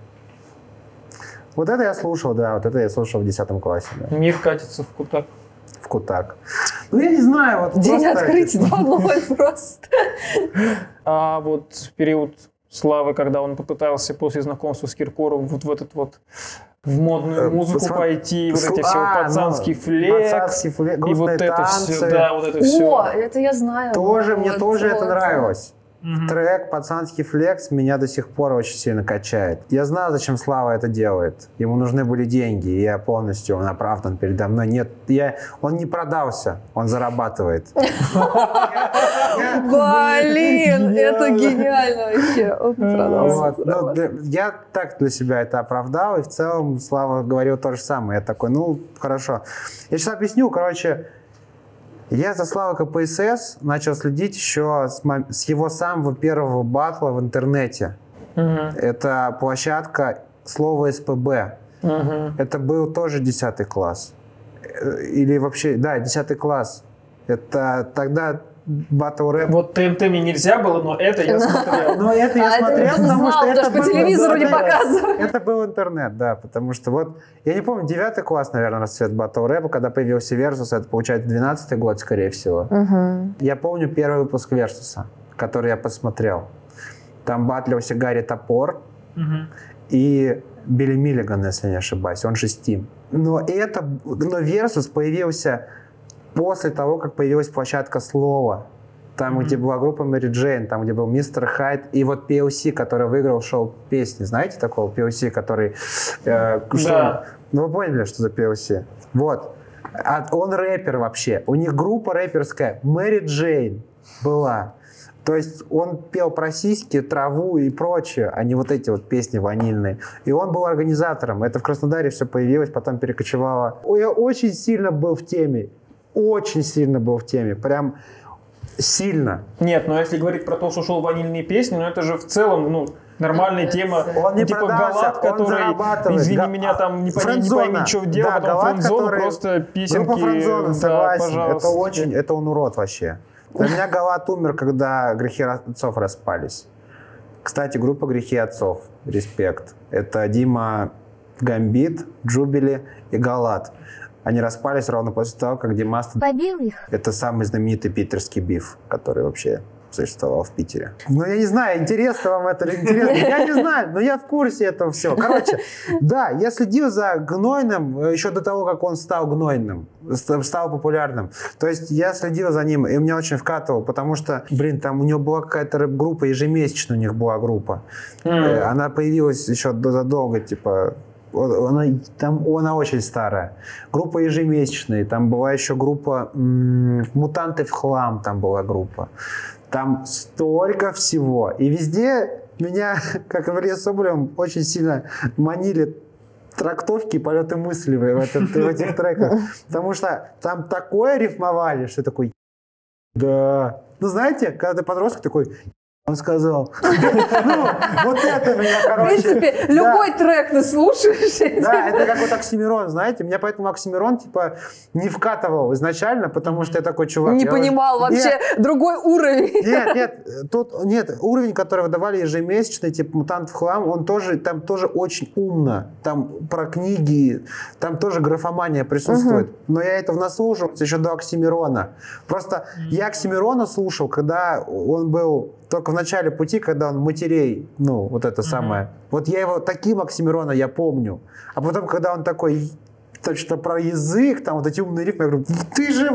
C: Вот это я слушал, да, вот это я слушал в 10 классе. Да.
B: Мир катится в кутак.
C: В кутак. Ну, я не знаю, вот
A: День
C: просто...
A: открытия 2.0 просто.
B: А вот в период Славы, когда он попытался после знакомства с Киркоровым вот в этот вот в модную музыку пойти, вот эти все пацанский флекс, и вот это все, да, вот это все.
A: О, это я знаю.
C: Мне тоже это нравилось. Трек «Пацанский флекс» меня до сих пор очень сильно качает. Я знал, зачем Слава это делает. Ему нужны были деньги, и я полностью он оправдан передо мной. Нет, он не продался, он зарабатывает.
A: Блин, это гениально вообще. Он продался.
C: Я так для себя это оправдал, и в целом Слава говорил то же самое. Я такой, хорошо. Я сейчас объясню, я за Славой КПСС начал следить еще с его самого первого батла в интернете. Это площадка «Слово СПБ». Это был тоже 10 класс. Или вообще, да, 10 класс. Это тогда батл рэп.
B: Вот ТНТ мне нельзя было, но это я смотрел.
C: Но это я смотрел, потому что это
A: по телевизору не показывают.
C: Это был интернет, да, потому что я не помню, 9 класс, наверное, расцвет батл рэпа, когда появился Versus, это, получается, 12-й год, скорее всего. Я помню первый выпуск Versus'а, который я посмотрел. Там батлился Гарри Топор и Билли Миллиган, если не ошибаюсь, он же Steam. Но Versus появился после того, как появилась площадка «Слово», там, где была группа Мэри Джейн, там, где был Мистер Хайд, и вот PLC, который выиграл шоу песни. Знаете такого PLC, который...
B: Да.
C: Вы поняли, что за PLC? Вот. Он рэпер вообще. У них группа рэперская Мэри Джейн была. То есть он пел про сиськи, траву и прочее, а не вот эти вот песни ванильные. И он был организатором. Это в Краснодаре все появилось, потом перекочевало. Я очень сильно был в теме. Очень сильно был в теме. Прям сильно.
B: Нет, но если говорить про то, что шел ванильные песни, это же в целом, нормальная тема.
C: Он не
B: типа
C: продался,
B: Галат, который, извини меня, там не пойми, что делал,
C: да,
B: потом Френдзона, просто песенки.
C: Группа Френдзона, согласен.
B: Пожалуйста.
C: Это он урод вообще. Для меня Галат умер, когда «Грехи отцов» распались. Кстати, группа «Грехи отцов», респект. Это Дима Гамбит, Джубили и Галат. Они распались ровно после того, как Димас
D: побил их.
C: Это самый знаменитый питерский биф, который вообще существовал в Питере. Я не знаю, интересно вам это или интересно. Я не знаю, но я в курсе этого всего. Короче, да, я следил за Гнойным еще до того, как он стал Гнойным, стал популярным. То есть я следил за ним, и меня очень вкатывало, потому что, там у него была какая-то рэп-группа, ежемесячно у них была группа. Она появилась еще задолго, она очень старая. Группа ежемесячная. Там была еще группа «Мутанты в хлам», там была группа. Там столько всего. И везде меня, как в Илье Соболевым, очень сильно манили трактовки и полеты мысли в этих треках. Потому что там такое рифмовали, что такой... Да. Знаете, когда ты подросток такой... Он сказал. Вот это меня,
A: В принципе, любой трек ты слушаешь.
C: Да, это как Оксимирон, знаете. Меня поэтому Оксимирон, не вкатывал изначально, потому что я такой чувак.
A: Не понимал вообще другой уровень.
C: Нет, уровень, который выдавали ежемесячный, «Мутант в хлам», там тоже очень умно. Там про книги, там тоже графомания присутствует. Но я этого наслушался еще до Оксимирона. Просто я Оксимирона слушал, когда он был... Только в начале пути, когда он матерей, самое. Вот я его таким Оксимирона я помню. А потом, когда он такой, что про язык, там вот эти умные рифмы, я говорю, ты же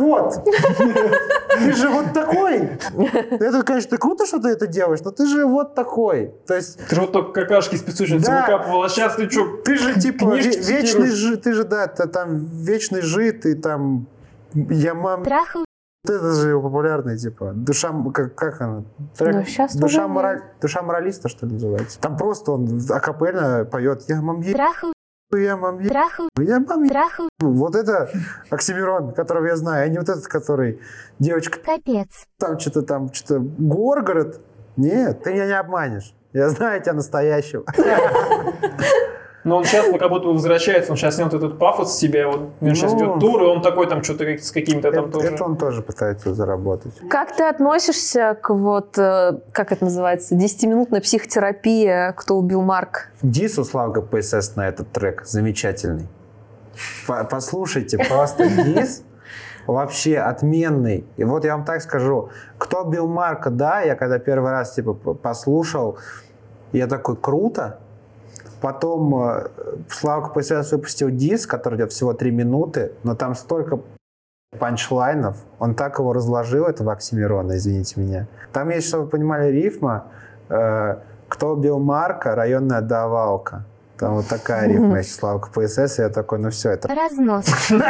C: вот такой. Это, конечно, круто, что ты это делаешь, но ты же вот такой. То есть...
B: Ты же вот только какашки из песочницы выкапывал, а сейчас ты что?
C: Ты же вечный жид, ты же, там вечный жид, и там я мам...
D: Трахал.
C: Это же его популярный, душа, как она? Душа моралиста, что ли, называется? Там просто он акапельно поет «Я мам
D: Трахал.
C: Я мам
D: Трахал.
C: Я мам
D: Трахал.
C: Вот это Оксимирон, которого я знаю, а не вот этот, который девочка...
D: Капец.
C: Там что-то Горгород. Нет, ты меня не обманешь. Я знаю тебя настоящего.
B: Но он сейчас как будто возвращается, он сейчас снял этот пафос с себя, он сейчас идет тур, и он такой там что-то с какими-то там тоже...
C: Это он тоже пытается заработать.
A: Как ты относишься к как это называется, 10-минутной психотерапии «Кто убил Марк»?
C: Дис у Славы КПСС на этот трек замечательный. Послушайте, просто дис вообще отменный. И вот я вам так скажу, «Кто убил Марка», да, я когда первый раз послушал, И я такой, круто. Потом Слава КПСС выпустил диск, который идет всего 3 минуты, но там столько панчлайнов. Он так его разложил, этого оксимирона, извините меня. Там есть, чтобы вы понимали, рифма. Кто убил Марка, районная давалка. Там вот такая рифма есть, Слава КПСС. И я такой, ну все, это...
D: Разнос.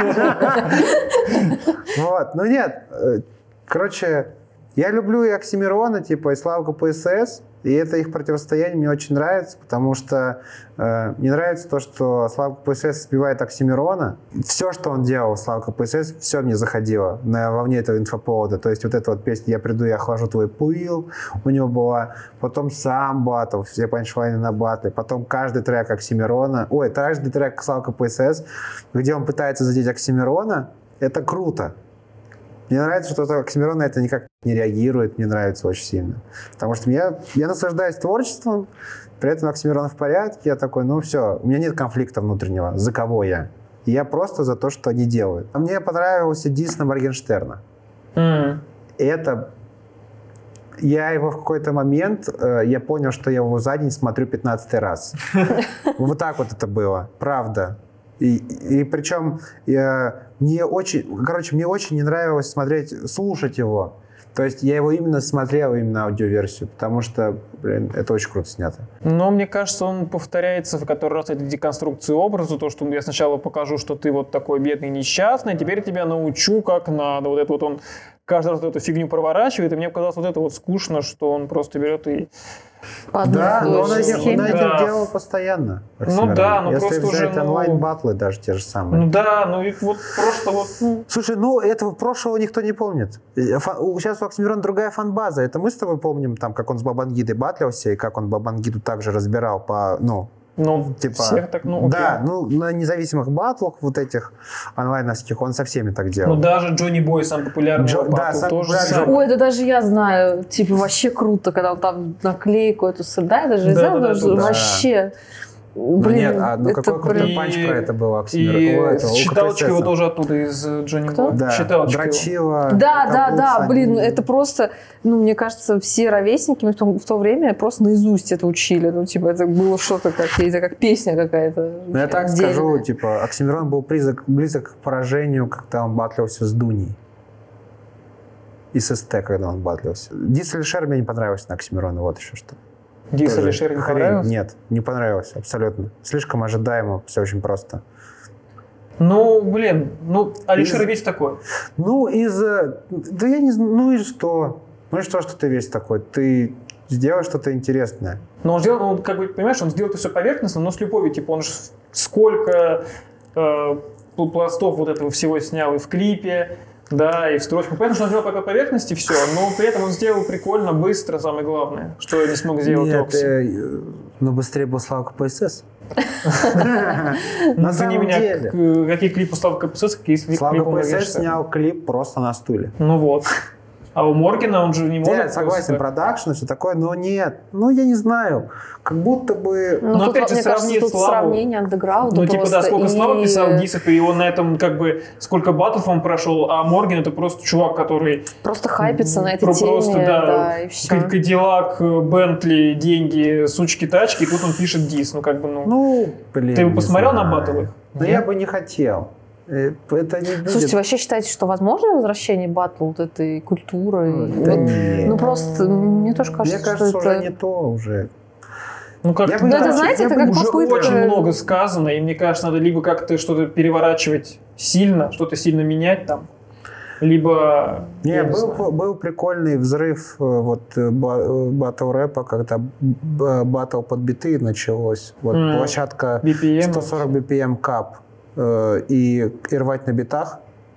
C: Вот, ну нет. Короче, я люблю и Оксимирона, типа, и Славу КПСС. И это их противостояние мне очень нравится, потому что мне нравится то, что Слава КПСС сбивает Оксимирона. Все, что он делал, Слава КПСС, все мне заходило вовне этого инфоповода. То есть вот эта вот песня «Я приду, я охлажу твой пыл» у него была. Потом сам батл, все панчлайны на батле. Потом каждый трек Оксимирона, каждый трек Слава КПСС, где он пытается задеть Оксимирона, это круто. Мне нравится, что Оксимирон на это никак не реагирует, мне нравится очень сильно. Потому что я наслаждаюсь творчеством, при этом Оксимирон в порядке, я такой, ну все, у меня нет конфликта внутреннего, за кого я. И я просто за то, что они делают. А мне понравился дис на Моргенштерна. Это... Я его в какой-то момент, я понял, что я его за день смотрю 15 раз. Вот так вот это было, правда. И причем мне очень не нравилось слушать его. То есть я его именно смотрел, именно аудиоверсию, потому что, это очень круто снято.
B: Но мне кажется, он повторяется в который раз этой деконструкции образа, то, что я сначала покажу, что ты вот такой бедный несчастный, теперь тебя научу, как надо. Вот это вот он каждый раз вот эту фигню проворачивает, и мне показалось вот это вот скучно, что он просто берет и...
C: Да, но он этим
B: Да.
C: делал постоянно.
B: Ну да, но
C: если
B: просто
C: взять
B: уже,
C: онлайн-батлы даже те же самые.
B: Ну да, ну и вот просто вот...
C: Слушай, этого прошлого никто не помнит. Сейчас у Оксимирона другая фан-база. Это мы с тобой помним, там, как он с Бабангидой батлился, и как он Бабангиду также разбирал по,
B: всех так,
C: Да, на независимых батлах вот этих онлайновских он со всеми так делал.
B: Ну даже Джонни Бой, сам популярный батл,
C: сам
B: тоже
C: популярный.
B: самое.
A: Ой, это даже я знаю. Типа, вообще круто, когда он там наклейку эту да, это же
B: Да,
A: вообще...
C: Блин, какой крутой
A: прям...
C: панч про это был, Оксимирон.
B: И считалочка его тоже оттуда, из Джонни Боя.
C: Да,
B: Считалочка его.
C: Дрочила.
A: Да, блин, это просто, мне кажется, все ровесники в то время просто наизусть это учили. Это было что-то, как песня какая-то.
C: Я так скажу, Оксимирон был близок к поражению, когда он батлился с Дуней. И с СТ, когда он батлился. Дис Алишер мне не понравился на Оксимирона, вот еще что.
B: Дис Алишер не понравился?
C: Нет, не понравился, абсолютно. Слишком ожидаемо, все очень просто.
B: Алишер весь такой.
C: Да я не знаю, ну и что? Ну и что ты весь такой? Ты сделай что-то интересное.
B: Но он сделал, понимаешь, он сделал это все поверхностно, но с любовью. Он же сколько пластов вот этого всего снял и в клипе, да, и в строчках. Понятно, что он сделал по поверхности все, но при этом он сделал прикольно, быстро, самое главное, что я не смог сделать Окси.
C: Но быстрее был Слава КПСС.
B: На самом деле. Какие клипы Слава КПСС, какие клипы
C: Слава
B: Моргенштерна?
C: КПСС снял клип просто на стуле.
B: Ну вот. А у Моргена он же не может...
C: Я согласен, продакшн и все такое, но нет. Я не знаю. Как будто бы...
B: Но опять же, сравнить Славу...
A: сравнение андеграунда
B: сколько Слава писал дисов, и он на этом сколько батлов он прошел, а Морген это просто чувак, который...
A: Просто хайпится на этой теме, да, и все.
B: Кадиллак, Бентли, деньги, сучки-тачки, и тут он пишет дис. Ты бы посмотрел на батлы?
C: Да я бы не хотел. Это не будет.
A: Слушайте, вообще считаете, что возможно возвращение батл вот этой культуры?
C: Нет.
A: Просто мне тоже кажется,
C: мне кажется,
A: что
C: уже
A: это...
C: не то уже.
A: это, знаете, это как
B: уже
A: попытка...
B: очень много сказано, и мне кажется, надо либо как-то что-то переворачивать сильно, что-то сильно менять там, либо...
C: Был прикольный взрыв батл рэпа, когда батл под биты началось. Площадка
B: BPM.
C: 140 BPM Cup. И рвать на битах.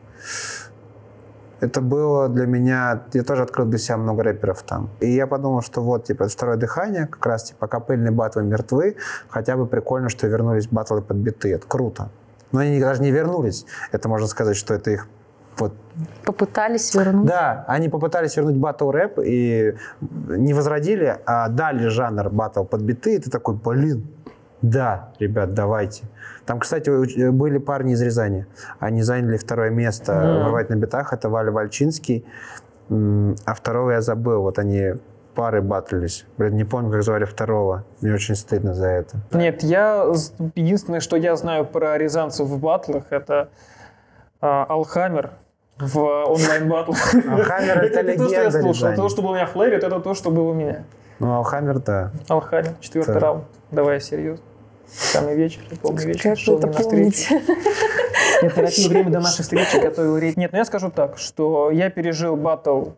C: Это было для меня... Я тоже открыл для себя много рэперов там. И я подумал, что второе дыхание, как раз капельные батлы мертвы. Хотя бы прикольно, что вернулись батлы под биты. Это круто. Но они даже не вернулись. Это можно сказать, что это их...
A: Попытались вернуть.
C: Да, они попытались вернуть батл рэп и не возродили, а дали жанр батл под биты. И ты такой, да, ребят, давайте. Там, кстати, были парни из Рязани. Они заняли второе место в «Рвать на битах». Это Валя Вальчинский. А второго я забыл. Вот они пары батлились. Блин, не помню, как звали второго. Мне очень стыдно за это.
B: Нет, единственное, что я знаю про рязанцев в батлах, это Алхаммер в онлайн-батлах.
C: Алхаммер — это
B: то, что я
C: легенда
B: слушал.
C: Рязани.
B: То, что было у меня в флэре, это то, что было у меня.
C: Ну, Алхаммер, да.
B: Алхаммер, 4-й
C: Да.
B: раунд. Давай серьезно. Самый вечер, полный вечер.
A: Как вы
B: шел
A: это
B: мне навстречу.
A: помните?
B: Я торопил время до нашей встречи, готовил речь. Нет, ну я скажу так, что я пережил баттл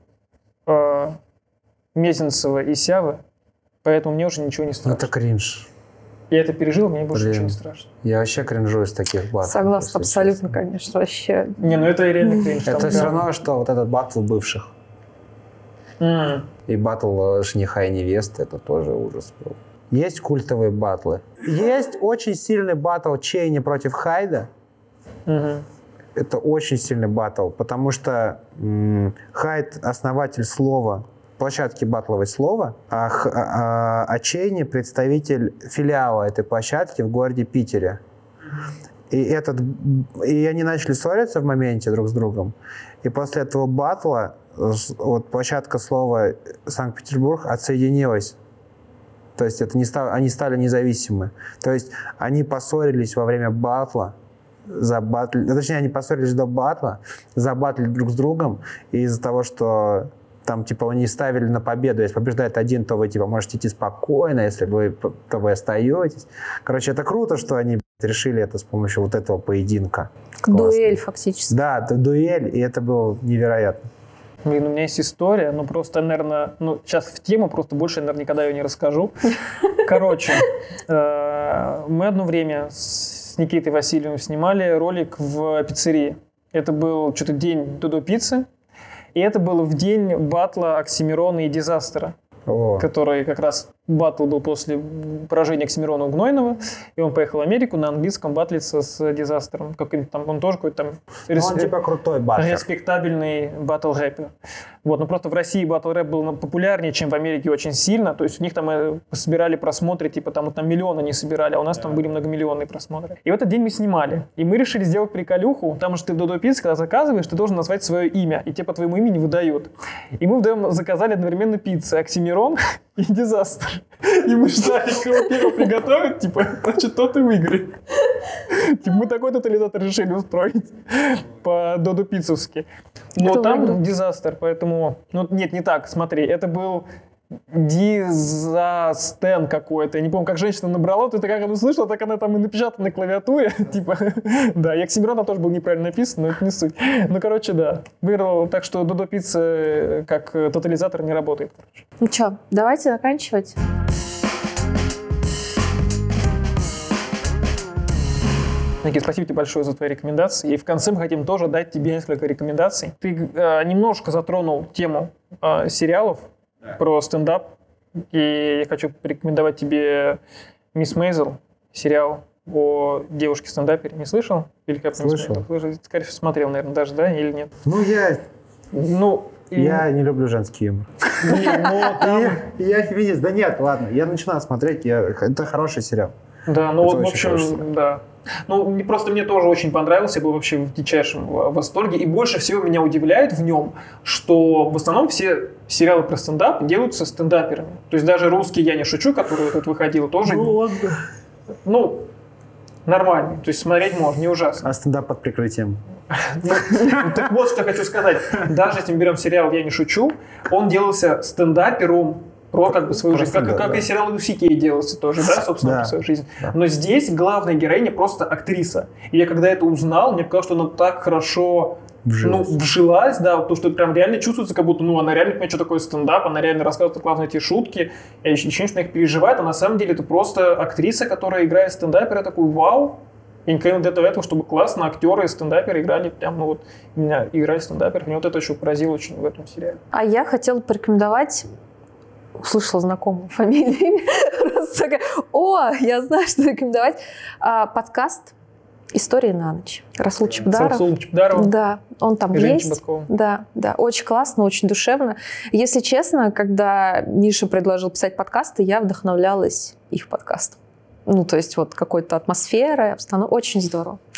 B: Мезенцева и Сявы, поэтому мне уже ничего не
C: Ну,
B: страшно.
C: это кринж.
B: Я это пережил, мне больше
C: Блин.
B: ничего не страшно.
C: Я вообще кринжую с таких батлов.
A: Согласна,
C: если
A: абсолютно,
C: честно.
A: конечно, вообще.
B: Не, ну это реально кринж. там,
C: Это
B: да.
C: все равно, что вот этот батл бывших. И батл жениха и невесты, это тоже ужас был. Есть культовые батлы. Есть очень сильный батл Чейни против Хайда.
B: Мгм.
C: Это очень сильный батл, потому что Хайд — основатель слова, площадки батловой слова, а Чейни — представитель филиала этой площадки в городе Питере. И они начали ссориться в моменте друг с другом. И после этого батла вот площадка слова Санкт-Петербург отсоединилась. То есть они стали независимы. То есть они поссорились во время батла, точнее, они поссорились до батла, забатлили друг с другом, и из-за того, что там, типа, они ставили на победу, если побеждает один, то вы, типа, можете идти спокойно, если то вы остаетесь. Короче, это круто, что они решили это с помощью вот этого поединка.
A: Дуэль фактически.
C: Да, дуэль, и это было невероятно.
B: Блин, у меня есть история, но просто, наверное, сейчас в тему, просто больше, наверное, никогда ее не расскажу. Короче, мы одно время с Никитой Васильевым снимали ролик в пиццерии. Это был что-то день Додо пиццы, и это было в день батла Оксимирона и Дизастера, который как раз батл был после поражения Оксимирона у Гнойного, и он поехал в Америку на английском батлиться с Дизастером. Он тоже какой-то там
C: Он типа крутой батлер.
B: респектабельный батл-рэпер. Вот, но просто в России батл-рэп был популярнее, чем в Америке, очень сильно. То есть у них там собирали просмотры, типа там миллионы не собирали, а у нас там были многомиллионные просмотры. И в этот день мы снимали. И мы решили сделать приколюху. Там же ты в Додо Пицце, когда заказываешь, ты должен назвать свое имя, и тебе по твоему имени выдают. И мы вдвоем заказали одновременно пиццы. Оксимирон и Дизастер. И мы ждали, кого первого приготовят, типа, значит, тот и выиграет. Типа, мы такой тотализатор решили устроить по Додо Пиццевски. Но
A: Кто
B: там
A: выиграл?
B: Дизастер, поэтому... Нет, не так, смотри, это был Дизастен какой-то. Я не помню, как женщина набрала, ты как она услышала, так она там и напечатана на клавиатуре. Типа, да, и Оксимирон там тоже был неправильно написан, но это не суть. Ну, короче, да. Выиграл, так что Додо Пицца как тотализатор не работает.
A: Ну что, давайте заканчивать.
B: Никит, спасибо тебе большое за твои рекомендации. И в конце мы хотим тоже дать тебе несколько рекомендаций. Ты немножко затронул тему сериалов про стендап. И я хочу порекомендовать тебе «Мисс Мейзел», сериал о девушке-стендапере. Не слышал?
C: Слышал.
B: Скорее всего, смотрел, наверное, даже, да, или нет?
C: Ну,
B: И-
C: я не люблю женский юмор.
B: Не, ну, там-
C: Я феминист. Да нет, ладно, я начинаю смотреть, это хороший сериал.
B: Да, ну
C: Это
B: вот, в
C: очень хороший
B: общем, да. Ну, просто мне тоже очень понравился, я был вообще в дичайшем восторге. И больше всего меня удивляет в нем, что в основном все сериалы про стендап делаются стендаперами. То есть даже русский «Я не шучу», который тут выходил, тоже, ну, нормальный. То есть смотреть можно, не ужасно.
C: А стендап под прикрытием?
B: Ну, так вот, что я хочу сказать. Даже если мы берем сериал «Я не шучу», он делался стендапером про как бы свою жизнь. Как и сериал Люси Кей делался тоже, да, собственно,
C: Да.
B: про свою жизнь.
C: Да.
B: Но здесь главная героиня просто актриса. И я когда это узнал, мне показалось, что она так хорошо вжилась, да, то, что прям реально чувствуется, как будто, она реально понимает, что такое стендап, она реально рассказывает классные эти шутки, и ощущение, что она их переживает, а на самом деле это просто актриса, которая играет стендапера, такой вау. Я никогда до этого, чтобы классно актеры и стендаперы играли, прям, именно играли стендаперов. Мне вот это еще поразило очень в этом сериале.
A: А я хотела порекомендовать, услышала знакомую фамилию, просто такая, я знаю, что рекомендовать, подкаст «Истории на ночь». Расул Чебдаров.
B: Расул Чебдаров.
A: Да, он там
B: И Женя
A: есть.
B: Чеботкова.
A: Да, очень классно, очень душевно. Если честно, когда Миша предложил писать подкасты, я вдохновлялась их подкастом. То есть вот какой-то атмосферой, обстановкой. Очень здорово.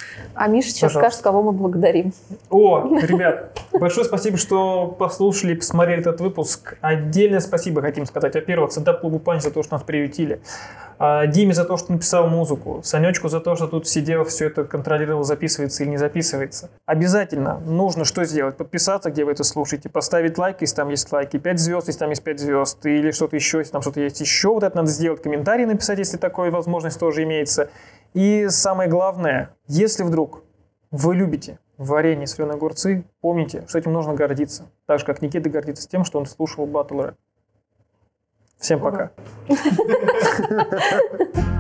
A: А Миша сейчас
B: Пожалуйста.
A: скажет, кого мы благодарим.
B: О, ребят, большое спасибо, что послушали, посмотрели этот выпуск. Отдельное спасибо хотим сказать. Во-первых, стендап-клубу «Панч» за то, что нас приютили. Диме за то, что написал музыку. Санечку за то, что тут сидел, все это контролировал, записывается или не записывается. Обязательно нужно что сделать? Подписаться, где вы это слушаете, поставить лайк, если там есть лайки, 5 звезд, если там есть 5 звезд, или что-то еще, если там что-то есть еще. Вот это надо сделать, комментарий написать, если такая возможность тоже имеется. И самое главное, если вдруг вы любите варенье, соленые огурцы, помните, что этим нужно гордиться. Так же, как Никита гордится тем, что он слушал батл рэп. Всем пока.